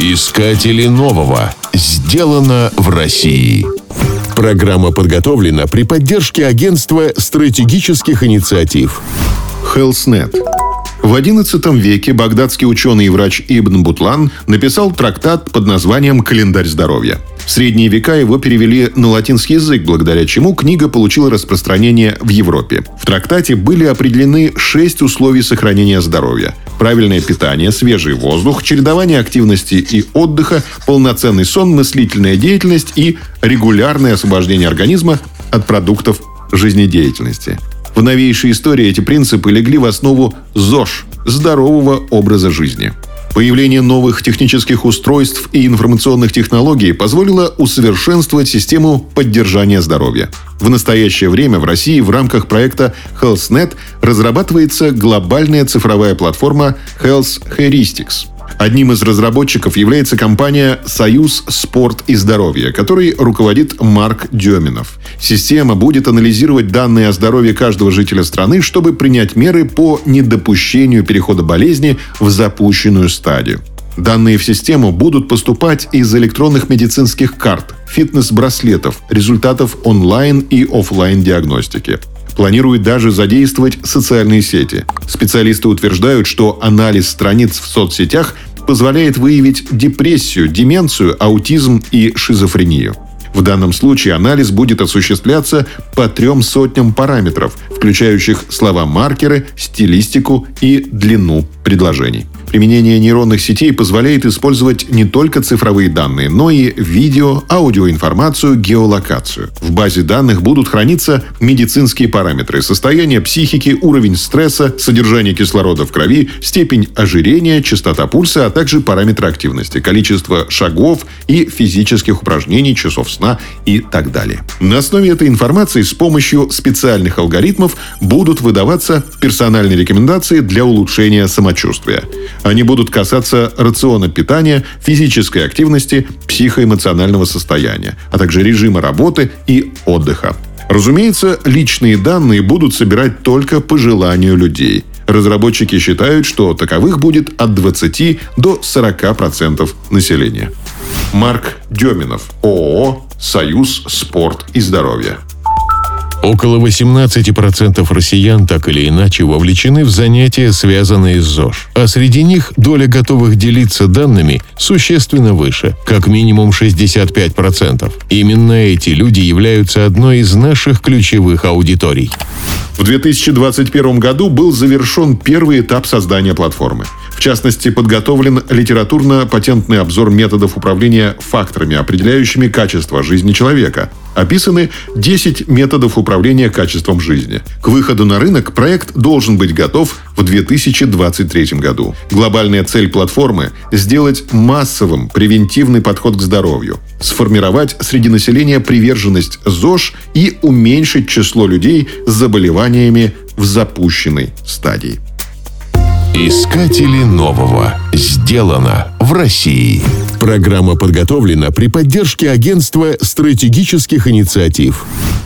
Искатели нового. Сделано в России. Программа подготовлена при поддержке Агентства стратегических инициатив. HealthNet. В XI веке багдадский ученый и врач Ибн Бутлан написал трактат под названием «Календарь здоровья». В средние века его перевели на латинский язык, благодаря чему книга получила распространение в Европе. В трактате были определены 6 условий сохранения здоровья: правильное питание, свежий воздух, чередование активности и отдыха, полноценный сон, мыслительная деятельность и регулярное освобождение организма от продуктов жизнедеятельности. В новейшей истории эти принципы легли в основу ЗОЖ – здорового образа жизни. Появление новых технических устройств и информационных технологий позволило усовершенствовать систему поддержания здоровья. В настоящее время в России в рамках проекта HealthNet разрабатывается глобальная цифровая платформа Health Heuristics. Одним из разработчиков является компания «Союз спорт и здоровье», которой руководит Марк Деминов. Система будет анализировать данные о здоровье каждого жителя страны, чтобы принять меры по недопущению перехода болезни в запущенную стадию. Данные в систему будут поступать из электронных медицинских карт, фитнес-браслетов, результатов онлайн и офлайн диагностики. Планирует даже задействовать социальные сети. Специалисты утверждают, что анализ страниц в соцсетях позволяет выявить депрессию, деменцию, аутизм и шизофрению. В данном случае анализ будет осуществляться по 300 параметров, включающих слова-маркеры, стилистику и длину предложений. Применение нейронных сетей позволяет использовать не только цифровые данные, но и видео, аудиоинформацию, геолокацию. В базе данных будут храниться медицинские параметры: состояние психики, уровень стресса, содержание кислорода в крови, степень ожирения, частота пульса, а также параметры активности, количество шагов и физических упражнений, часов сна и так далее. На основе этой информации с помощью специальных алгоритмов будут выдаваться персональные рекомендации для улучшения самочувствия. Они будут касаться рациона питания, физической активности, психоэмоционального состояния, а также режима работы и отдыха. Разумеется, личные данные будут собирать только по желанию людей. Разработчики считают, что таковых будет от 20 до 40% населения. Марк Деминов, ООО «Союз спорт и здоровье». Около 18% россиян так или иначе вовлечены в занятия, связанные с ЗОЖ. А среди них доля готовых делиться данными существенно выше, как минимум 65%. Именно эти люди являются одной из наших ключевых аудиторий. В 2021 году был завершен первый этап создания платформы. В частности, подготовлен литературно-патентный обзор методов управления факторами, определяющими качество жизни человека. Описаны 10 методов управления качеством жизни. К выходу на рынок проект должен быть готов в 2023 году. Глобальная цель платформы – сделать массовым превентивный подход к здоровью, сформировать среди населения приверженность ЗОЖ и уменьшить число людей с заболеваниями в запущенной стадии. Искатели нового. Сделано в России. Программа подготовлена при поддержке Агентства стратегических инициатив.